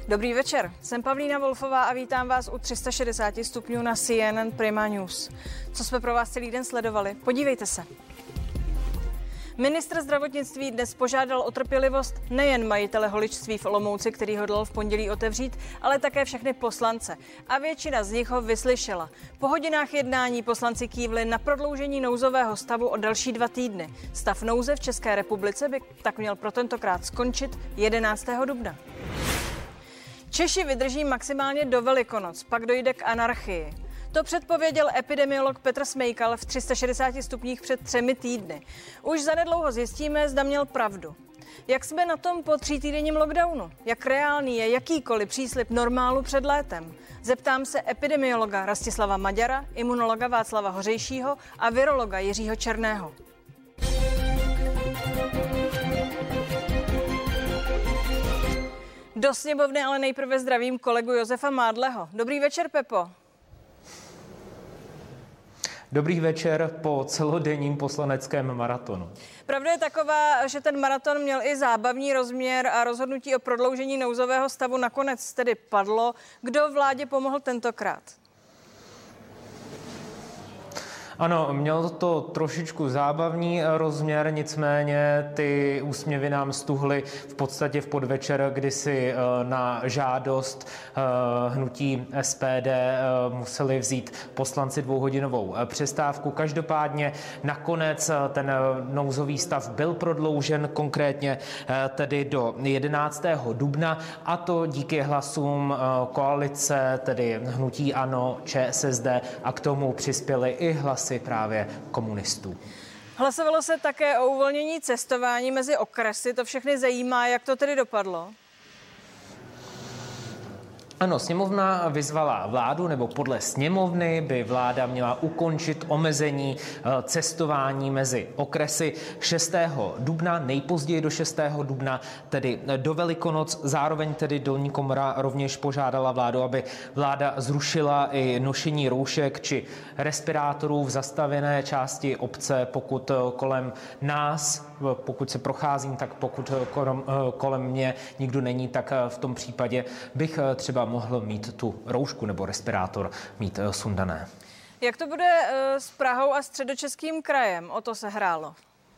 Dobrý večer, jsem Pavlína Wolfová a vítám vás u 360 stupňů na CNN Prima News. Co jsme pro vás celý den sledovali? Podívejte se. Ministr zdravotnictví dnes požádal o trpělivost nejen majitele holičství v Olomouci, který hodlal v pondělí otevřít, ale také všechny poslance. A většina z nich ho vyslyšela. Po hodinách jednání poslanci kývli na prodloužení nouzového stavu o další 2 týdny. Stav nouze v České republice by tak měl pro tentokrát skončit 11. dubna. Češi vydrží maximálně do Velikonoc, pak dojde k anarchii. To předpověděl epidemiolog Petr Smejkal v 360 stupních před 3 týdny. Už zanedlouho zjistíme, zda měl pravdu. Jak jsme na tom po 3týdenním lockdownu? Jak reálný je jakýkoliv příslib normálu před létem? Zeptám se epidemiologa Rastislava Maďara, imunologa Václava Hořejšího a virologa Jiřího Černého. Do sněmovny ale nejprve zdravím kolegu Josefa Mádleho. Dobrý večer, Pepo. Dobrý večer po celodenním poslaneckém maratonu. Pravda je taková, že ten maraton měl i zábavní rozměr a rozhodnutí o prodloužení nouzového stavu nakonec tedy padlo. Kdo vládě pomohl tentokrát? Ano, mělo to trošičku zábavní rozměr, nicméně ty úsměvy nám stuhly v podstatě v podvečer, kdy si na žádost hnutí SPD museli vzít poslanci 2hodinovou přestávku. Každopádně nakonec ten nouzový stav byl prodloužen, konkrétně tedy do 11. dubna, a to díky hlasům koalice, tedy hnutí ANO, ČSSD, a k tomu přispěly i hlasy právě komunistů. Hlasovalo se také o uvolnění cestování mezi okresy. To všechny zajímá, jak to tedy dopadlo? Ano, sněmovna vyzvala vládu, nebo podle sněmovny by vláda měla ukončit omezení cestování mezi okresy 6. dubna, nejpozději do 6. dubna, tedy do Velikonoc. Zároveň tedy dolní komora rovněž požádala vládu, aby vláda zrušila i nošení roušek či respirátorů v zastavěné části obce, pokud kolem nás, pokud se procházím, tak pokud kolem mě nikdo není, tak v tom případě bych třeba mohl mít tu roušku nebo respirátor mít sundané. Jak to bude s Prahou a Středočeským krajem? O to se hrálo.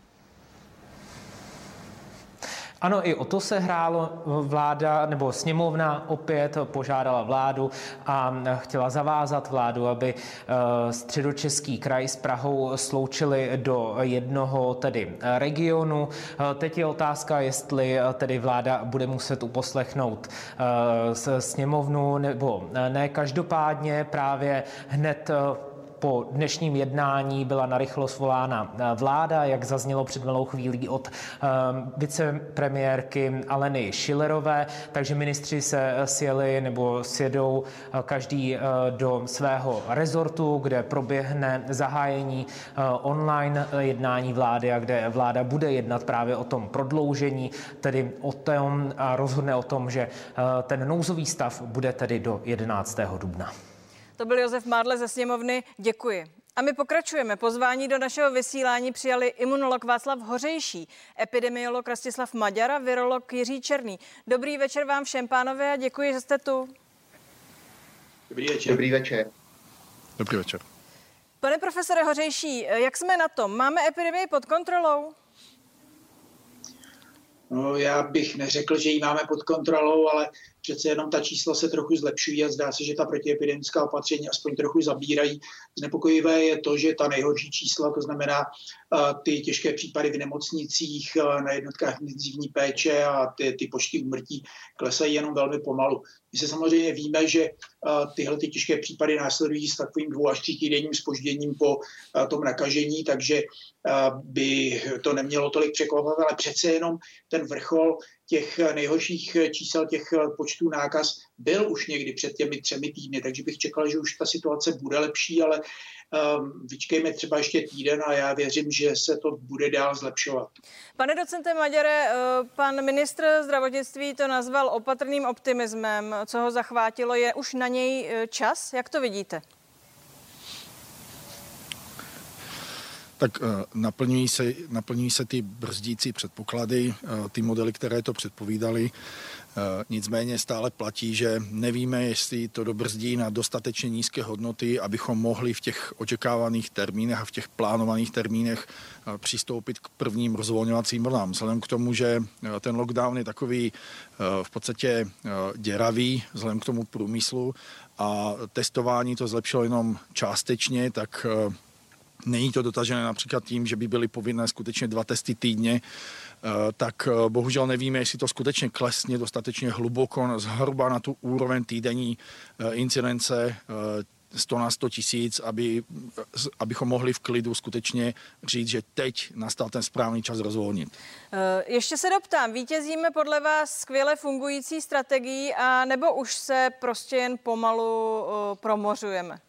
Ano, i o to se hrálo. Vláda nebo sněmovna opět požádala vládu a chtěla zavázat vládu, aby Středočeský kraj s Prahou sloučili do jednoho tedy regionu. Teď je otázka, jestli tedy vláda bude muset uposlechnout sněmovnu nebo ne. Každopádně právě hned po dnešním jednání byla narychlo svolána vláda, jak zaznělo před malou chvílí od vicepremiérky Aleny Schillerové, takže ministři se sjeli nebo sjedou každý do svého rezortu, kde proběhne zahájení online jednání vlády a kde vláda bude jednat právě o tom prodloužení, tedy o tom a rozhodne o tom, že ten nouzový stav bude tedy do 11. dubna. To byl Josef Mádle ze sněmovny. Děkuji. A my pokračujeme. Pozvání do našeho vysílání přijali imunolog Václav Hořejší, epidemiolog Rastislav Maďar a virolog Jiří Černý. Dobrý večer vám všem, pánové, a děkuji, že jste tu. Dobrý večer. Dobrý večer. Dobrý večer. Pane profesore Hořejší, jak jsme na tom? Máme epidemii pod kontrolou? No, já bych neřekl, že ji máme pod kontrolou, ale přece jenom ta čísla se trochu zlepšují a zdá se, že ta protiepidemická opatření aspoň trochu zabírají. Znepokojivé je to, že ta nejhorší čísla, to znamená ty těžké případy v nemocnicích, na jednotkách intenzivní péče a ty počty úmrtí klesají jenom velmi pomalu. My se samozřejmě víme, že tyhle ty těžké případy následují s takovým 2 až 3 týdenním zpožděním po tom nakažení, takže by to nemělo tolik překvapovat, ale přece jenom ten vrchol těch nejhorších čísel, těch počtů nákaz byl už někdy před těmi 3 týdny, takže bych čekal, že už ta situace bude lepší, ale vyčkejme třeba ještě týden a já věřím, že se to bude dál zlepšovat. Pane docente Maďare, pan ministr zdravotnictví to nazval opatrným optimismem. Co ho zachvátilo, je už na něj čas? Jak to vidíte? Tak naplňují se ty brzdící předpoklady, ty modely, které to předpovídaly. Nicméně stále platí, že nevíme, jestli to dobrzdí na dostatečně nízké hodnoty, abychom mohli v těch očekávaných termínech a v těch plánovaných termínech přistoupit k prvním rozvolňovacím vlnám. Vzhledem k tomu, že ten lockdown je takový v podstatě děravý, vzhledem k tomu průmyslu a testování to zlepšilo jenom částečně, tak není to dotažené například tím, že by byly povinné skutečně 2 testy týdně, tak bohužel nevíme, jestli to skutečně klesne dostatečně hluboko, zhruba na tu úroveň týdenní incidence 100 na 100 tisíc, abychom mohli v klidu skutečně říct, že teď nastal ten správný čas rozvolnit. Ještě se doptám, vítězíme podle vás skvěle fungující strategií, a nebo už se prostě jen pomalu promořujeme?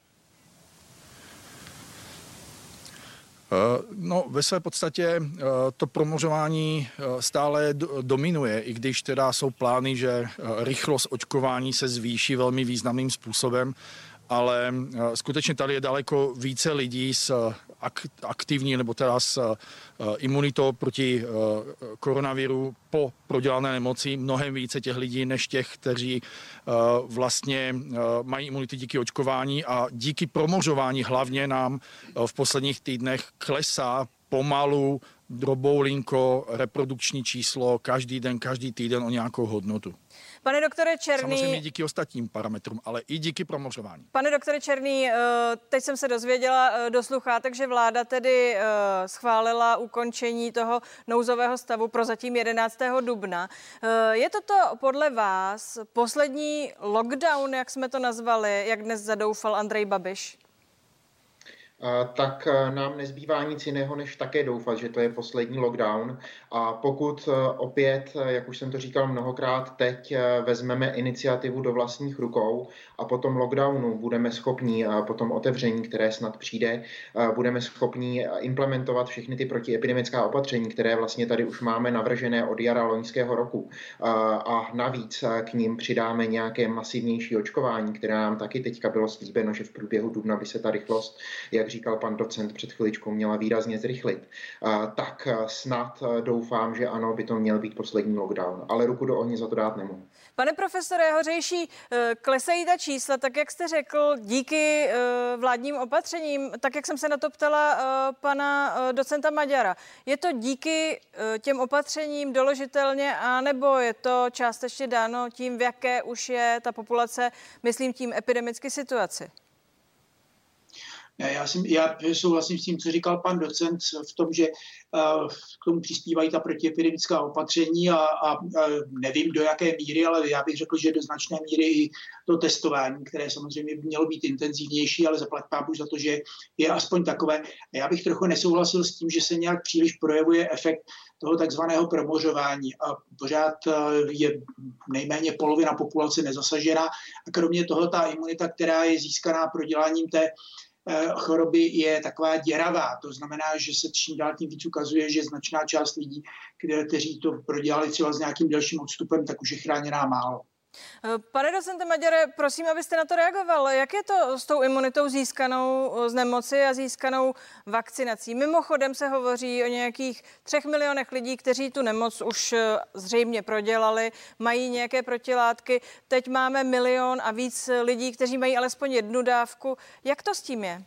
No, ve své podstatě to promořování stále dominuje, i když teda jsou plány, že rychlost očkování se zvýší velmi významným způsobem, ale skutečně tady je daleko více lidí s aktivní nebo teda s imunitou proti koronaviru po prodělané nemoci, mnohem více těch lidí než těch, kteří vlastně mají imunity díky očkování, a díky promořování hlavně nám v posledních týdnech klesá pomalu droboulinko reprodukční číslo každý den, každý týden o nějakou hodnotu. Pane doktore Černý... Samozřejmě díky ostatním parametrům, ale i díky promořování. Pane doktore Černý, teď jsem se dozvěděla do sluchátek, že vláda tedy schválila ukončení toho nouzového stavu prozatím 11. dubna. Je toto podle vás poslední lockdown, jak jsme to nazvali, jak dnes zadoufal Andrej Babiš? Tak nám nezbývá nic jiného, než také doufat, že to je poslední lockdown. A pokud opět, jak už jsem to říkal mnohokrát, teď vezmeme iniciativu do vlastních rukou a po tom lockdownu budeme schopni, po tom otevření, které snad přijde, budeme schopni implementovat všechny ty protiepidemická opatření, které vlastně tady už máme navržené od jara loňského roku. A navíc k ním přidáme nějaké masivnější očkování, které nám taky teďka bylo slíbeno, že v průběhu dubna by se ta rychlost, jak říkal pan docent před chviličkou, měla výrazně zrychlit. Tak snad doufám, že ano, by to měl být poslední lockdown, ale ruku do ohně za to dát nemohu. Pane profesore Hořejší, klesají ta čísla, tak jak jste řekl, díky vládním opatřením, tak jak jsem se na to ptala pana docenta Maďara. Je to díky těm opatřením doložitelně, anebo je to částečně dáno tím, v jaké už je ta populace, myslím tím epidemické situaci? Já souhlasím s tím, co říkal pan docent v tom, že k tomu přispívají ta protiepidemická opatření a nevím do jaké míry, ale já bych řekl, že do značné míry i to testování, které samozřejmě by mělo být intenzivnější, ale zaplať pámu za to, že je aspoň takové. Já bych trochu nesouhlasil s tím, že se nějak příliš projevuje efekt toho takzvaného promořování a pořád je nejméně polovina populace nezasažená a kromě toho ta imunita, která je získaná proděláním té choroby, je taková děravá. To znamená, že se čím dál tím víc ukazuje, že značná část lidí, kteří to prodělali třeba s nějakým delším odstupem, tak už je chráněná málo. Pane docente Maďare, prosím, abyste na to reagoval. Jak je to s tou imunitou získanou z nemoci a získanou vakcinací? Mimochodem se hovoří o nějakých 3 milionech lidí, kteří tu nemoc už zřejmě prodělali, mají nějaké protilátky. Teď máme 1 milion a víc lidí, kteří mají alespoň 1 dávku. Jak to s tím je?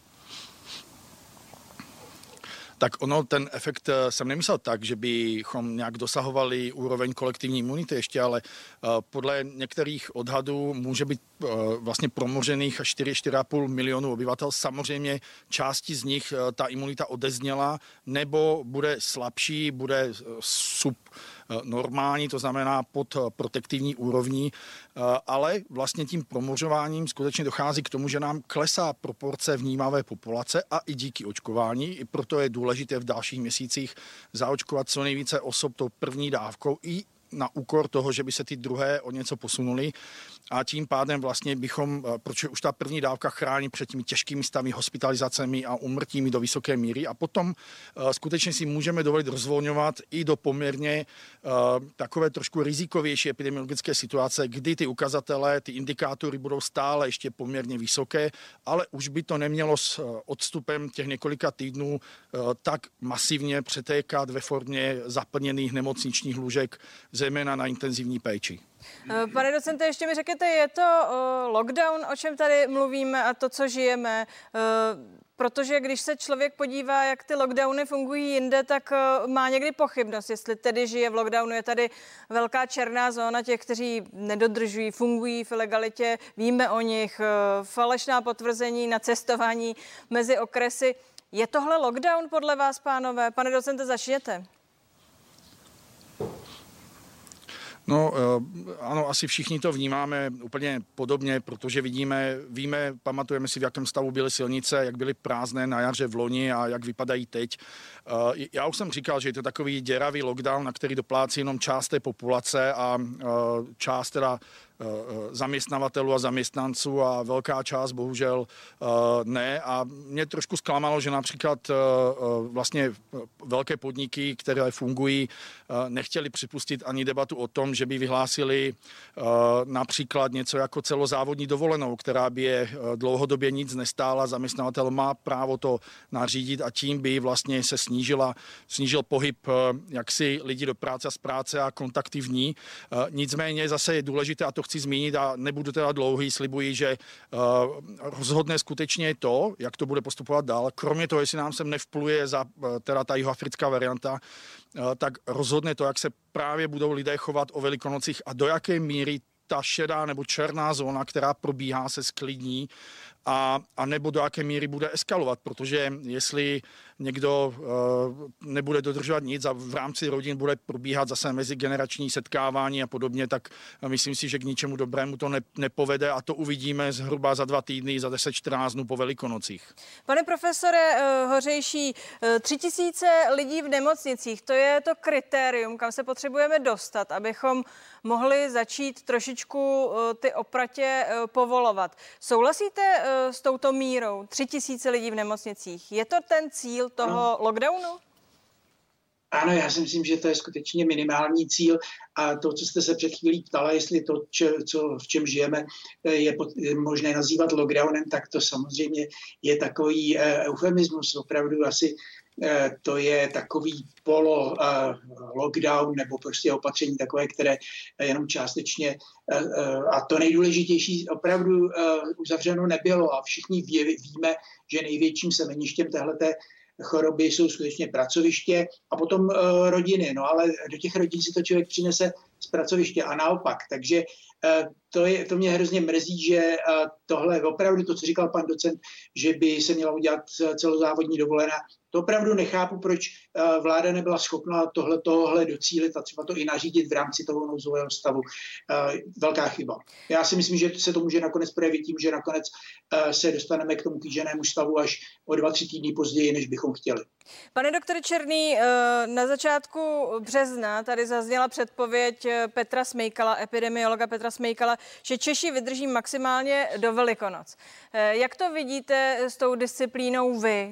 Tak ono, ten efekt jsem nemyslel tak, že bychom nějak dosahovali úroveň kolektivní imunity ještě, ale podle některých odhadů může být vlastně promořených až 4,5 milionu obyvatel. Samozřejmě části z nich ta imunita odezněla, nebo bude slabší, bude subnormální, to znamená pod protektivní úrovní, ale vlastně tím promořováním skutečně dochází k tomu, že nám klesá proporce vnímavé populace a i díky očkování. I proto je důležité v dalších měsících zaočkovat co nejvíce osob tou první dávkou i na úkor toho, že by se ty druhé o něco posunuly a tím pádem vlastně bychom, protože už ta první dávka chrání před těmi těžkými stavy, hospitalizacemi a úmrtími do vysoké míry a potom skutečně si můžeme dovolit rozvolňovat i do poměrně takové trošku rizikovější epidemiologické situace, kdy ty ukazatele, ty indikátory budou stále ještě poměrně vysoké, ale už by to nemělo s odstupem těch několika týdnů tak masivně přetékat ve formě zaplněných nemocničních lůžek, zejména na intenzivní péči. Pane docente, ještě mi řekněte, je to lockdown, o čem tady mluvíme a to, co žijeme? Protože když se člověk podívá, jak ty lockdowny fungují jinde, tak má někdy pochybnost, jestli tedy žije v lockdownu. Je tady velká černá zóna těch, kteří nedodržují, fungují v ilegalitě, víme o nich, falešná potvrzení na cestování mezi okresy. Je tohle lockdown podle vás, pánové? Pane docente, začněte. No ano, asi všichni to vnímáme úplně podobně, protože víme, pamatujeme si, v jakém stavu byly silnice, jak byly prázdné na jaře v loni a jak vypadají teď. Já už jsem říkal, že je to takový děravý lockdown, na který doplácí jenom část té populace a část teda zaměstnavatelů a zaměstnanců a velká část bohužel ne. A mě trošku zklamalo, že například vlastně velké podniky, které fungují, nechtěli připustit ani debatu o tom, že by vyhlásili například něco jako celozávodní dovolenou, která by je dlouhodobě nic nestála. Zaměstnavatel má právo to nařídit a tím by vlastně se snížil pohyb jaksi lidí do práce a z práce a kontakty v ní. Nicméně zase je důležité, a to chci zmínit a nebudu teda dlouhý, slibuji, že rozhodne skutečně to, jak to bude postupovat dál. Kromě toho, jestli nám sem nevpluje teda ta jihoafrická varianta, tak rozhodne to, jak se právě budou lidé chovat o Velikonocích a do jaké míry ta šedá nebo černá zóna, která probíhá, se sklidní a nebo do jaké míry bude eskalovat, protože jestli někdo nebude dodržovat nic a v rámci rodin bude probíhat zase mezigenerační setkávání a podobně, tak myslím si, že k ničemu dobrému to nepovede a to uvidíme zhruba za 2 týdny, za 10-14 dnů po Velikonocích. Pane profesore Hořejší, 3000 lidí v nemocnicích, to je to kritérium, kam se potřebujeme dostat, abychom mohli začít trošičku ty opratě povolovat. Souhlasíte s touto mírou 3000 lidí v nemocnicích? Je to ten cíl toho lockdownu? Ano, já si myslím, že to je skutečně minimální cíl a to, co jste se před chvílí ptala, jestli to, v čem žijeme, je možné nazývat lockdownem, tak to samozřejmě je takový eufemismus. Opravdu asi to je takový lockdown nebo prostě opatření takové, které jenom částečně a to nejdůležitější opravdu uzavřeno nebylo a všichni víme, že největším semeništěm téhleté choroby jsou skutečně pracoviště a potom rodiny. No ale do těch rodin si to člověk přinese z pracoviště a naopak. Takže to mě hrozně mrzí, že tohle opravdu to, co říkal pan docent, že by se měla udělat celozávodní dovolená, to opravdu nechápu, proč vláda nebyla schopna tohle docílit a třeba to i nařídit v rámci toho nouzového stavu. Velká chyba. Já si myslím, že se to může nakonec projevit tím, že nakonec se dostaneme k tomu kýženému stavu až o 2-3 týdny později, než bychom chtěli. Pane doktore Černý, na začátku března tady zazněla předpověď Petra Smejkala, epidemiologa Petra Smejkala, že Češi vydrží maximálně do Velikonoc. Jak to vidíte s tou disciplínou vy?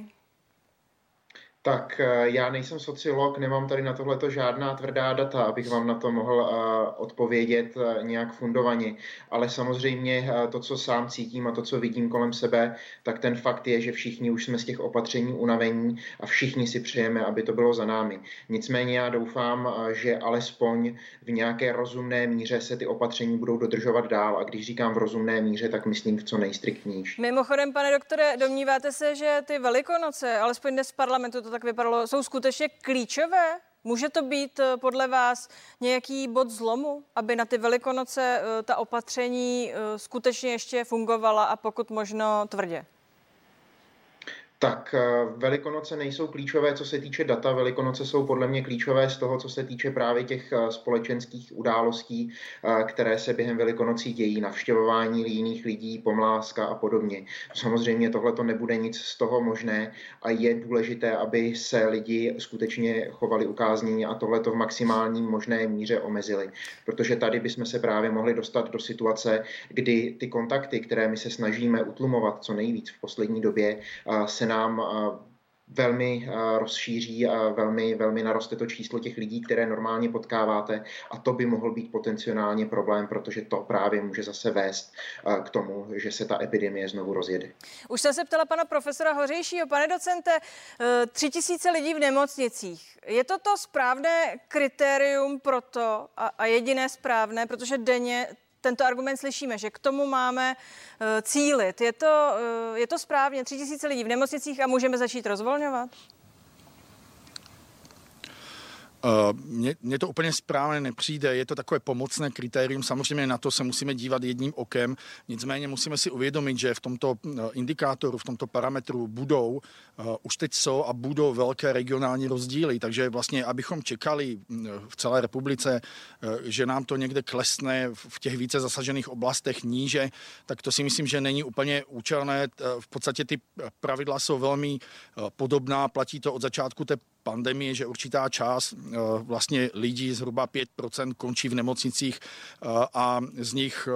Tak já nejsem sociolog, nemám tady na tohleto žádná tvrdá data, abych vám na to mohl odpovědět nějak fundovaně. Ale samozřejmě to, co sám cítím a to, co vidím kolem sebe, tak ten fakt je, že všichni už jsme z těch opatření unavení a všichni si přejeme, aby to bylo za námi. Nicméně já doufám, že alespoň v nějaké rozumné míře se ty opatření budou dodržovat dál. A když říkám v rozumné míře, tak myslím v co nejstriktnější. Mimochodem, pane doktore, domníváte se, že ty Velikonoce, alespoň dnes v parlamentu to tak vypadalo, jsou skutečně klíčové? Může to být podle vás nějaký bod zlomu, aby na ty Velikonoce ta opatření skutečně ještě fungovala a pokud možno tvrdě? Tak Velikonoce nejsou klíčové, co se týče data. Velikonoce jsou podle mě klíčové z toho, co se týče právě těch společenských událostí, které se během Velikonocí dějí, navštěvování jiných lidí, pomláska a podobně. Samozřejmě tohle to nebude nic z toho možné a je důležité, aby se lidi skutečně chovali ukázněně a tohle to v maximální možné míře omezili. Protože tady bychom se právě mohli dostat do situace, kdy ty kontakty, které my se snažíme utlumovat co nejvíc v poslední době, se nám velmi rozšíří a velmi naroste to číslo těch lidí, které normálně potkáváte a to by mohl být potenciálně problém, protože to právě může zase vést k tomu, že se ta epidemie znovu rozjede. Už jsem se ptala pana profesora Hořejšího. Pane docente, 3000 lidí v nemocnicích. Je to správné kritérium pro to a jediné správné, protože denně tento argument slyšíme, že k tomu máme cílit. Je to správně? 3000 lidí v nemocnicích a můžeme začít rozvolňovat? Mně to úplně správně nepřijde, je to takové pomocné kritérium, samozřejmě na to se musíme dívat jedním okem, nicméně musíme si uvědomit, že v tomto indikátoru, v tomto parametru budou, už teď jsou a budou velké regionální rozdíly, takže vlastně, abychom čekali v celé republice, že nám to někde klesne v těch více zasažených oblastech níže, tak to si myslím, že není úplně účelné. V podstatě ty pravidla jsou velmi podobná, platí to od začátku té pandemie, že určitá část vlastně lidí, zhruba 5% končí v nemocnicích a z nich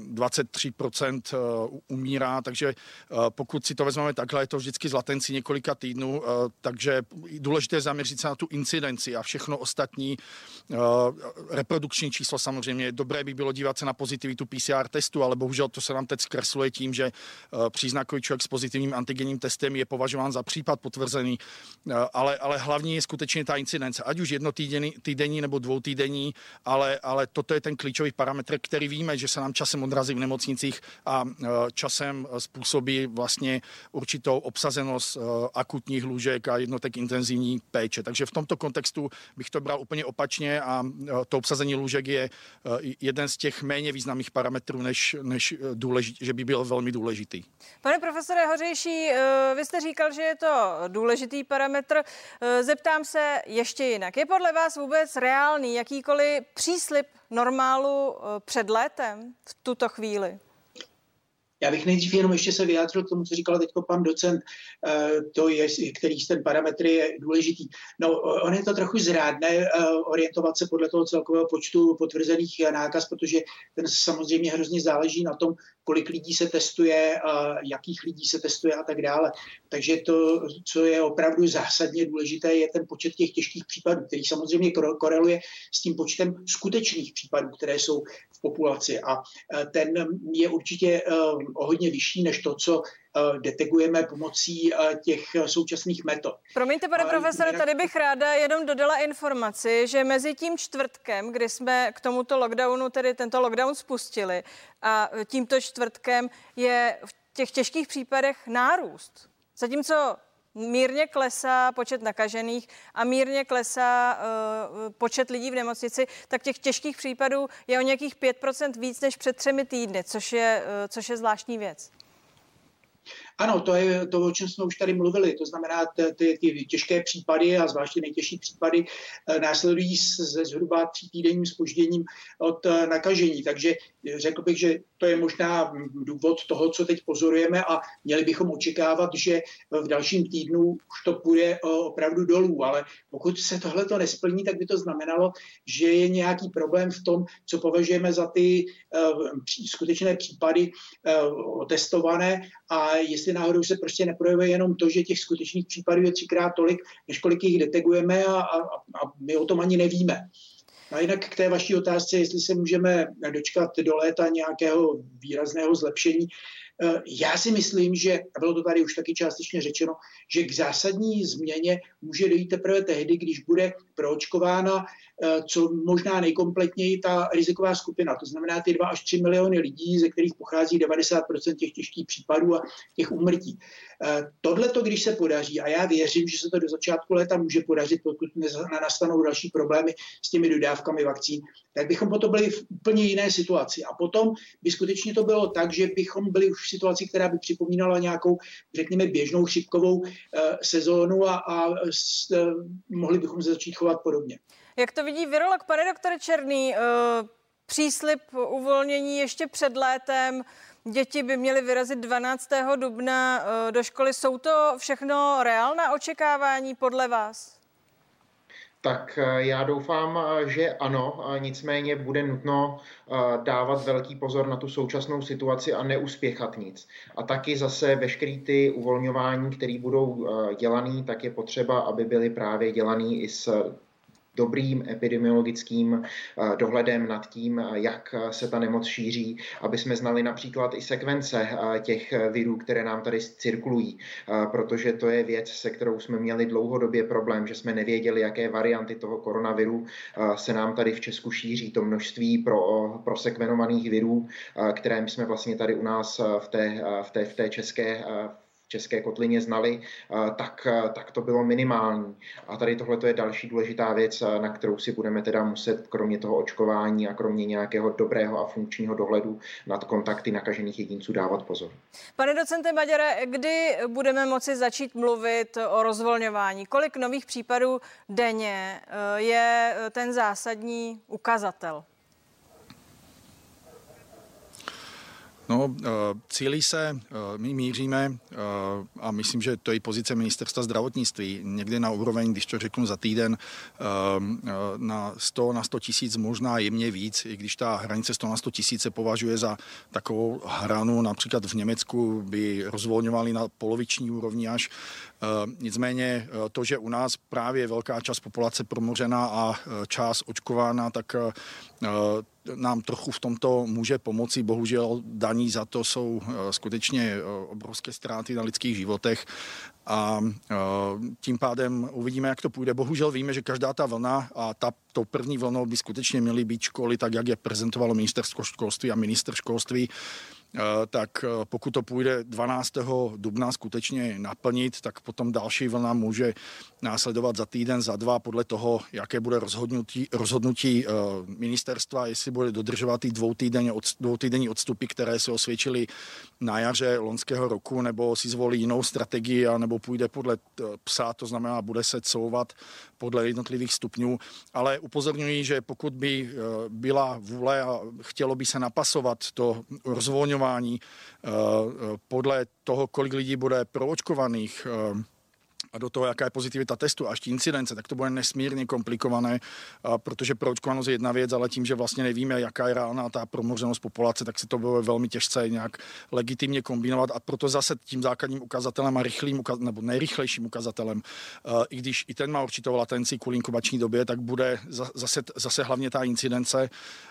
23% umírá, takže pokud si to vezmeme takhle, je to vždycky z latenci několika týdnů, takže důležité je zaměřit se na tu incidenci a všechno ostatní. Reprodukční číslo samozřejmě, dobré by bylo dívat se na pozitivitu PCR testu, ale bohužel to se nám teď zkresluje tím, že příznakový člověk s pozitivním antigenním testem je považován za případ potvrzený, ale hlavně je skutečně ta incidence, ať už jednotýdenní nebo dvoutýdenní, ale toto je ten klíčový parametr, který víme, že se nám časem odrazí v nemocnicích a časem způsobí vlastně určitou obsazenost akutních lůžek a jednotek intenzivní péče. Takže v tomto kontextu bych to bral úplně opačně a to obsazení lůžek je jeden z těch méně významných parametrů, než že by byl velmi důležitý. Pane profesore Hořejší, vy jste říkal, že je to důležitý parametr. Zeptám se ještě jinak. Je podle vás vůbec reálný jakýkoliv příslib normálu před létem v tuto chvíli? Já bych nejdřív jenom ještě se vyjádřil k tomu, co říkal teď pan docent, který ten parametr je důležitý. No, on je to trochu zrádné orientovat se podle toho celkového počtu potvrzených nákaz, protože ten samozřejmě hrozně záleží na tom, kolik lidí se testuje, jakých lidí se testuje a tak dále. Takže to, co je opravdu zásadně důležité, je ten počet těch těžkých případů, který samozřejmě koreluje s tím počtem skutečných případů, které jsou v populaci. A ten je určitě o hodně vyšší než to, co detekujeme pomocí těch současných metod. Promiňte, pane profesore, tady bych ráda jenom dodala informaci, že mezi tím čtvrtkem, kdy jsme k tomuto lockdownu, tedy tento lockdown spustili, a tímto čtvrtkem je v těch těžkých případech nárůst. Zatímco mírně klesá počet nakažených a mírně klesá počet lidí v nemocnici, tak těch těžkých případů je o nějakých 5% víc než před 3 týdny, což je zvláštní věc. Ano, to je to, o čem jsme už tady mluvili. To znamená, ty těžké případy a zvláště nejtěžší případy následují se zhruba 3týdenním zpožděním od nakažení. Takže řekl bych, že to je možná důvod toho, co teď pozorujeme a měli bychom očekávat, že v dalším týdnu už to půjde opravdu dolů. Ale pokud se tohleto nesplní, tak by to znamenalo, že je nějaký problém v tom, co považujeme za ty skutečné případy otestované a jestli náhodou se prostě neprojevuje jenom to, že těch skutečných případů je 3krát tolik, než kolik jich detekujeme a my o tom ani nevíme. A jinak k té vaší otázce, jestli se můžeme dočkat do léta nějakého výrazného zlepšení. Já si myslím, že, a bylo to tady už taky částečně řečeno, že k zásadní změně může dojít teprve tehdy, když bude proočkována co možná nejkompletněji ta riziková skupina. To znamená ty 2 až 3 miliony lidí, ze kterých pochází 90% těch těžkých případů a těch úmrtí. Tohleto, když se podaří, a já věřím, že se to do začátku léta může podařit, pokud nenastanou další problémy s těmi dodávkami vakcín, tak bychom potom byli v úplně jiné situaci. A potom by skutečně to bylo tak, že bychom byli už v situaci, která by připomínala nějakou, řekněme, běžnou chřipkovou sezónu a mohli bychom se začít chovat podobně. Jak to vidí virolog, pane doktore Černý? Příslib uvolnění ještě před létem, děti by měly vyrazit 12. dubna do školy. Jsou to všechno reálná očekávání podle vás? Tak já doufám, že ano, nicméně bude nutno dávat velký pozor na tu současnou situaci a neuspěchat nic. A taky zase veškerý ty uvolňování, které budou dělaný, tak je potřeba, aby byly právě dělaný i s dobrým epidemiologickým dohledem nad tím, jak se ta nemoc šíří, aby jsme znali například i sekvence těch virů, které nám tady cirkulují, protože to je věc, se kterou jsme měli dlouhodobě problém, že jsme nevěděli, jaké varianty toho koronaviru se nám tady v Česku šíří. To množství prosekvenovaných virů, které jsme vlastně tady u nás v té české kotlině znali, tak to bylo minimální. A tady tohle je další důležitá věc, na kterou si budeme teda muset, kromě toho očkování a kromě nějakého dobrého a funkčního dohledu nad kontakty nakažených jedinců, dávat pozor. Pane docente Maďare, kdy budeme moci začít mluvit o rozvolňování? Kolik nových případů denně je ten zásadní ukazatel? No, cílí se, my míříme a myslím, že to je pozice ministerstva zdravotnictví, někde na úroveň, když to řeknu za týden, na 100 tisíc, možná jemně víc, i když ta hranice 100 na 100 tisíc se považuje za takovou hranu, například v Německu by rozvolňovali na poloviční úrovni až. Nicméně to, že u nás právě velká část populace promořená a část očkována, tak nám trochu v tomto může pomoci. Bohužel daní za to jsou skutečně obrovské ztráty na lidských životech a tím pádem uvidíme, jak to půjde. Bohužel víme, že každá ta vlna a tou první vlnou by skutečně měly být školy, tak jak je prezentovalo ministerstvo školství a ministr školství, tak pokud to půjde 12. dubna skutečně naplnit, tak potom další vlna může následovat za týden, za 2, podle toho, jaké bude rozhodnutí ministerstva, jestli bude dodržovat ty dvoutýdenní odstupy, které se osvědčily na jaře loňského roku, nebo si zvolí jinou strategii, nebo půjde podle psa, to znamená, bude se couvat podle jednotlivých stupňů. Ale upozorňuji, že pokud by byla vůle a chtělo by se napasovat to rozvolňování podle toho, kolik lidí bude proočkovaných a do toho, jaká je pozitivita testu, až tí incidence, tak to bude nesmírně komplikované, protože proočkovanost je jedna věc, ale tím, že vlastně nevíme, jaká je reálná ta promořenost populace, tak se to bude velmi těžce nějak legitimně kombinovat a proto zase tím základním ukazatelem a nebo nejrychlejším ukazatelem, i když i ten má určitou latenci kvůli inkubační době, tak bude zase hlavně ta incidence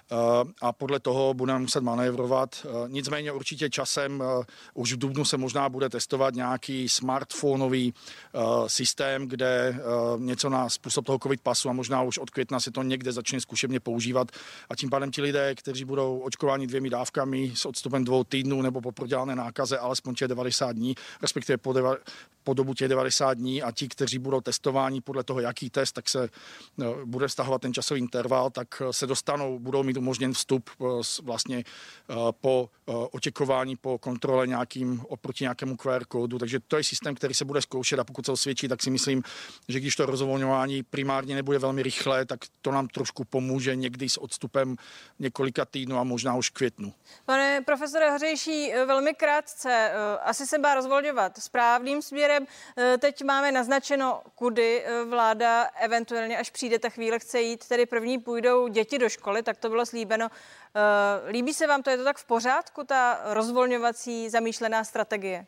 a podle toho budeme muset manévrovat. Nicméně určitě časem, už v dubnu se možná bude testovat nějaký smartphonový systém, kde něco na způsob toho covid pasu a možná už od května se to někde začne zkušebně používat a tím pádem ti lidé, kteří budou očkováni 2 dávkami s odstupem 2 týdnů nebo po prodělané nákaze alespoň 90 dní, respektive po dobu těch 90 dní a ti, kteří budou testováni podle toho, jaký test, tak se bude vztahovat ten časový interval, tak se budou mít umožněn vstup vlastně po očekování, po kontrole oproti nějakému QR kódu, takže to je systém, který se bude zkoušet a pokud se osvědčí, tak si myslím, že když to rozvolňování primárně nebude velmi rychlé, tak to nám trošku pomůže někdy s odstupem několika týdnů a možná už květnu. Pane profesore Hořejší, velmi krátce, asi se má rozvolňovat správným směrem. Teď máme naznačeno, kudy vláda eventuálně, až přijde ta chvíle, chce jít, tedy první půjdou děti do školy, tak to bylo slíbeno. Líbí se vám to, je to tak v pořádku, ta rozvolňovací zamýšlená strategie?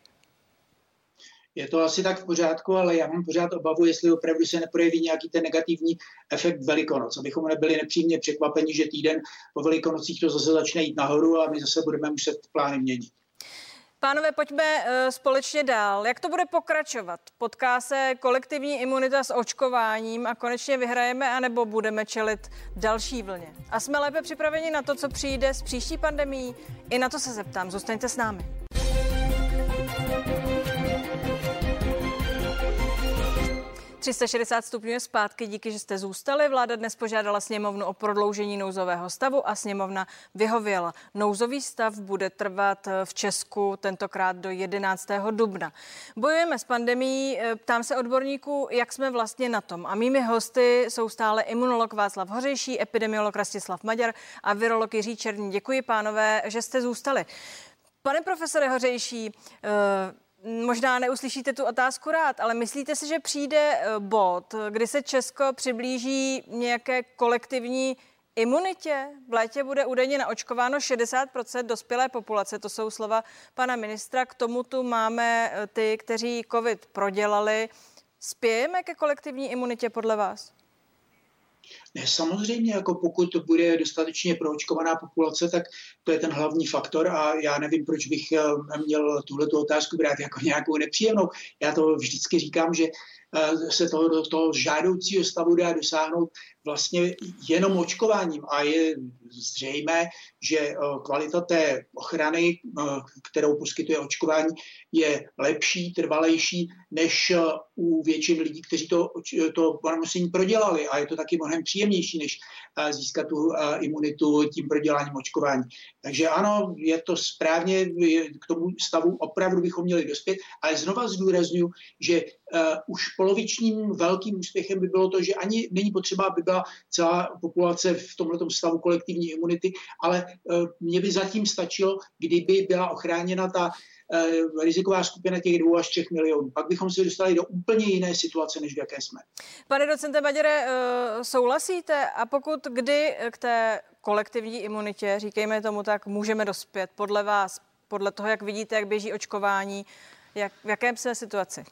Je to asi tak v pořádku, ale já mám pořád obavu, jestli opravdu se neprojeví nějaký ten negativní efekt Velikonoc, abychom nebyli nepříjemně překvapeni, že týden po Velikonocích to zase začne jít nahoru a my zase budeme muset plány měnit. Pánové, pojďme společně dál. Jak to bude pokračovat? Potká se kolektivní imunita s očkováním a konečně vyhrajeme, anebo budeme čelit další vlně? A jsme lépe připraveni na to, co přijde s příští pandemií? I na to se zeptám. Zůstaňte s námi. ...360 stupňů je zpátky, díky, že jste zůstali. Vláda dnes požádala sněmovnu o prodloužení nouzového stavu a sněmovna vyhověla. Nouzový stav bude trvat v Česku tentokrát do 11. dubna. Bojujeme s pandemií, ptám se odborníků, jak jsme vlastně na tom. A mými hosty jsou stále imunolog Václav Hořejší, epidemiolog Rastislav Maďar a virolog Jiří Černý. Děkuji, pánové, že jste zůstali. Pane profesore Hořejší, možná neuslyšíte tu otázku rád, ale myslíte si, že přijde bod, kdy se Česko přiblíží nějaké kolektivní imunitě? V létě bude údajně naočkováno 60% dospělé populace, to jsou slova pana ministra. K tomu tu máme ty, kteří covid prodělali. Spějeme ke kolektivní imunitě podle vás? Ne, samozřejmě, jako pokud bude dostatečně proočkovaná populace, tak to je ten hlavní faktor a já nevím, proč bych měl tuhletu otázku brát jako nějakou nepříjemnou. Já to vždycky říkám, že se toho žádoucího stavu dá dosáhnout vlastně jenom očkováním a je zřejmé, že kvalita té ochrany, kterou poskytuje očkování, je lepší, trvalejší než u většiny lidí, kteří to onemocnění prodělali a je to taky mnohem příjemnější, než získat tu imunitu tím proděláním očkování. Takže ano, je to správně, k tomu stavu opravdu bychom měli dospět, ale znova zdůraznuju, že už polovičním velkým úspěchem by bylo to, že ani není potřeba, aby byla celá populace v tomto stavu kolektivní imunity, ale mně by zatím stačilo, kdyby byla ochráněna ta riziková skupina těch 2 až 3 milionů. Pak bychom se dostali do úplně jiné situace, než v jaké jsme. Pane docente Maďare, souhlasíte? A pokud kdy k té kolektivní imunitě, říkejme tomu tak, můžeme dospět podle vás, podle toho, jak vidíte, jak běží očkování, v jaké jsme situaci?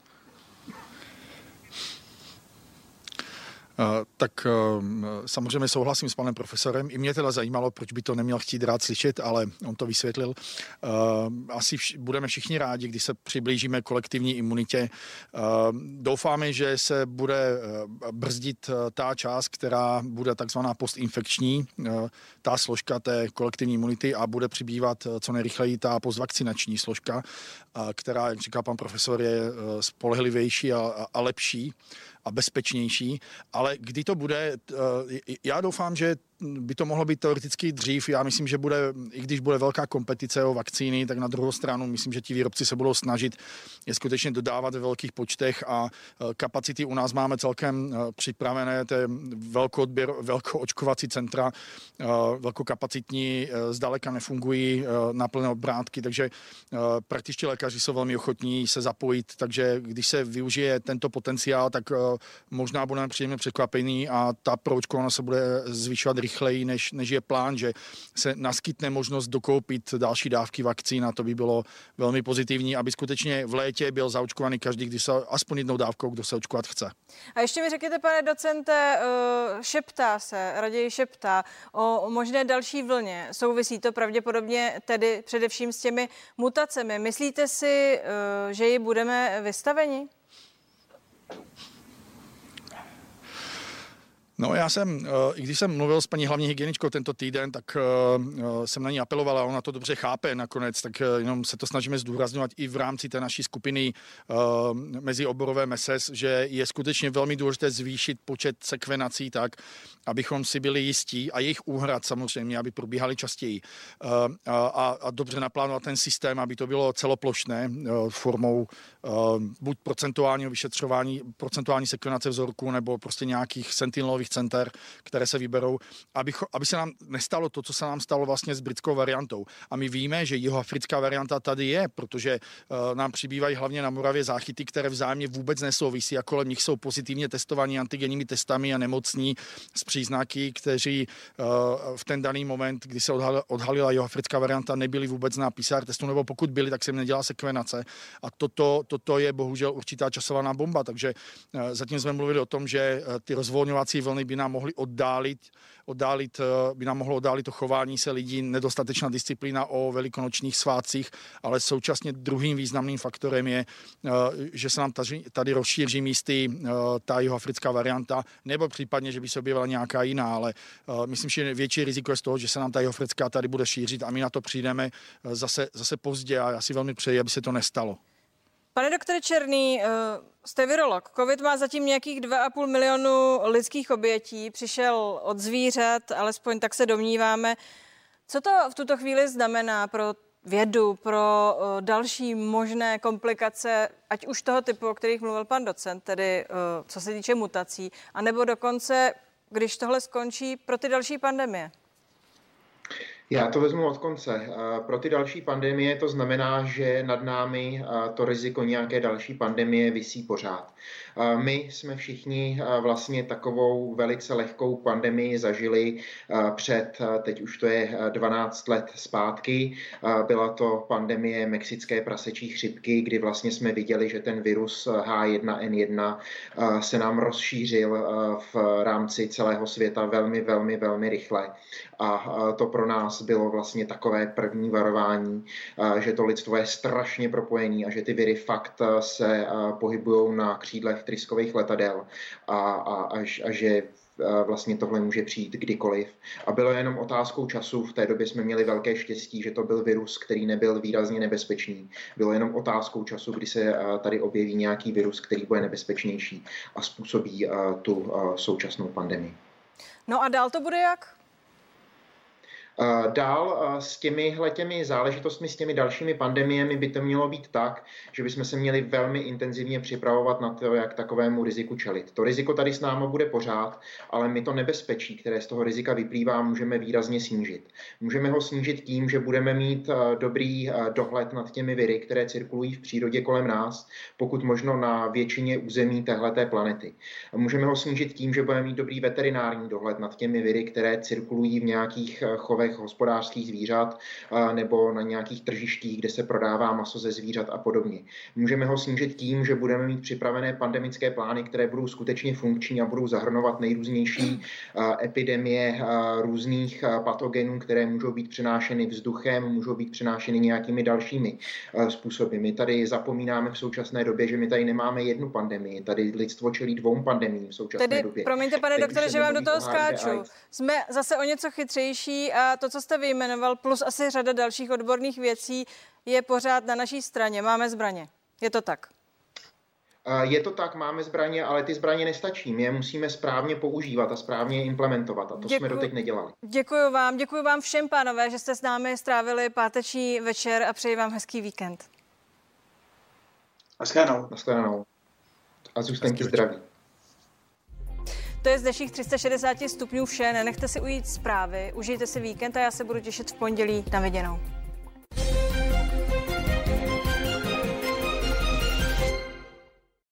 Tak samozřejmě souhlasím s panem profesorem. I mě teda zajímalo, proč by to neměl chtít rád slyšet, ale on to vysvětlil. Asi budeme všichni rádi, když se přiblížíme kolektivní imunitě. Doufáme, že se bude brzdit ta část, která bude takzvaná postinfekční, ta složka té kolektivní imunity a bude přibývat co nejrychleji ta postvakcinační složka, která, jak říká pan profesor, je spolehlivější a lepší a bezpečnější, ale kdy to bude, já doufám, že by to mohlo být teoreticky dřív. Já myslím, že bude, i když bude velká kompetice o vakcíny, tak na druhou stranu myslím, že ti výrobci se budou snažit je skutečně dodávat ve velkých počtech a kapacity u nás máme celkem připravené, to je velkoočkovací centra, velkokapacitní, zdaleka nefungují na plné obrátky, takže praktičtí lékaři jsou velmi ochotní se zapojit, takže když se využije tento potenciál, tak možná budeme příjemně překvapení a ta proočkovanost se bude zvyšovat rychleji, než je plán, že se naskytne možnost dokoupit další dávky vakcín a to by bylo velmi pozitivní, aby skutečně v létě byl zaočkovaný každý, když se aspoň jednou dávkou, kdo se očkovat chce. A ještě mi řekněte, pane docente, raději šeptá o možné další vlně. Souvisí to pravděpodobně tedy především s těmi mutacemi. Myslíte si, že ji budeme vystaveni? No já jsem, i když jsem mluvil s paní hlavní hygieničkou tento týden, tak jsem na ní apeloval a ona to dobře chápe nakonec, tak jenom se to snažíme zdůrazňovat i v rámci té naší skupiny mezioborové MESES, že je skutečně velmi důležité zvýšit počet sekvenací tak, abychom si byli jistí a jejich úhrad samozřejmě, aby probíhaly častěji a dobře naplánovat ten systém, aby to bylo celoplošné formou buď procentuálního vyšetřování, procentuální sekvenace vzorku nebo prostě nějakých sentinelových center, které se vyberou, aby se nám nestalo to, co se nám stalo vlastně s britskou variantou. A my víme, že jihoafrická varianta tady je, protože nám přibývají hlavně na Moravě záchyty, které vzájemně vůbec nesouvisí a kolem nich jsou pozitivně testovaní antigenními testami a nemocní s příznaky, kteří v ten daný moment, kdy se odhalila jihoafrická varianta, nebyli vůbec na PCR testu, nebo pokud byli, tak se jim nedělá sekvenace. A toto je bohužel určitá časovaná bomba, takže zatím jsme mluvili o tom, že ty rozvolňovací vlny by nám mohly oddálit to chování se lidí, nedostatečná disciplína o velikonočních svátcích, ale současně druhým významným faktorem je, že se nám tady rozšíří místy ta jihoafrická varianta, nebo případně, že by se objevila nějaká jiná, ale myslím, že větší riziko je z toho, že se nám ta jihoafrická tady bude šířit a my na to přijdeme zase pozdě a já si velmi přeji, aby se to nestalo. Pane doktore Černý, jste virolog. Covid má zatím nějakých 2,5 milionu lidských obětí, přišel od zvířat, alespoň tak se domníváme. Co to v tuto chvíli znamená pro vědu, pro další možné komplikace, ať už toho typu, o kterých mluvil pan docent, tedy co se týče mutací, anebo dokonce, když tohle skončí, pro ty další pandemie? Já to vezmu od konce. Pro ty další pandemie to znamená, že nad námi to riziko nějaké další pandemie visí pořád. My jsme všichni vlastně takovou velice lehkou pandemii zažili teď už to je 12 let zpátky. Byla to pandemie mexické prasečí chřipky, kdy vlastně jsme viděli, že ten virus H1N1 se nám rozšířil v rámci celého světa velmi, velmi, velmi rychle. A to pro nás bylo vlastně takové první varování, že to lidstvo je strašně propojené a že ty viry fakt se pohybují na křídlech tryskových letadel a že vlastně tohle může přijít kdykoliv. A bylo jenom otázkou času. V té době jsme měli velké štěstí, že to byl virus, který nebyl výrazně nebezpečný. Bylo jenom otázkou času, kdy se tady objeví nějaký virus, který bude nebezpečnější a způsobí tu současnou pandemii. No a dál to bude jak? Dál s těmi záležitostmi, s těmi dalšími pandemiemi by to mělo být tak, že bychom se měli velmi intenzivně připravovat na to, jak takovému riziku čelit. To riziko tady s námi bude pořád, ale my to nebezpečí, které z toho rizika vyplývá, můžeme výrazně snížit. Můžeme ho snížit tím, že budeme mít dobrý dohled nad těmi viry, které cirkulují v přírodě kolem nás, pokud možno na většině území téhleté planety. Můžeme ho snížit tím, že budeme mít dobrý veterinární dohled nad těmi viry, které cirkulují v nějakých chovech hospodářských zvířat nebo na nějakých tržištích, kde se prodává maso ze zvířat a podobně. Můžeme ho snížit tím, že budeme mít připravené pandemické plány, které budou skutečně funkční a budou zahrnovat nejrůznější epidemie různých patogenů, které můžou být přenášeny vzduchem, můžou být přenášeny nějakými dalšími způsoby. My tady zapomínáme v současné době, že my tady nemáme jednu pandemii. Tady lidstvo čelí 2 pandemiím v současné době. Promiňte, pane doktore, že vám do toho skáču. Jsme zase o něco chytřejší a to, co jste vyjmenoval, plus asi řada dalších odborných věcí, je pořád na naší straně. Máme zbraně. Je to tak? Je to tak, máme zbraně, ale ty zbraně nestačí. My je musíme správně používat a správně je implementovat. A to jsme doteď nedělali. Děkuji vám všem, pánové, že jste s námi strávili páteční večer a přeji vám hezký víkend. Naschledanou. A zůstaňte zdraví. To je z dnešních 360 stupňů vše. Nenechte si ujít zprávy, užijte si víkend a já se budu těšit v pondělí. Na viděnou.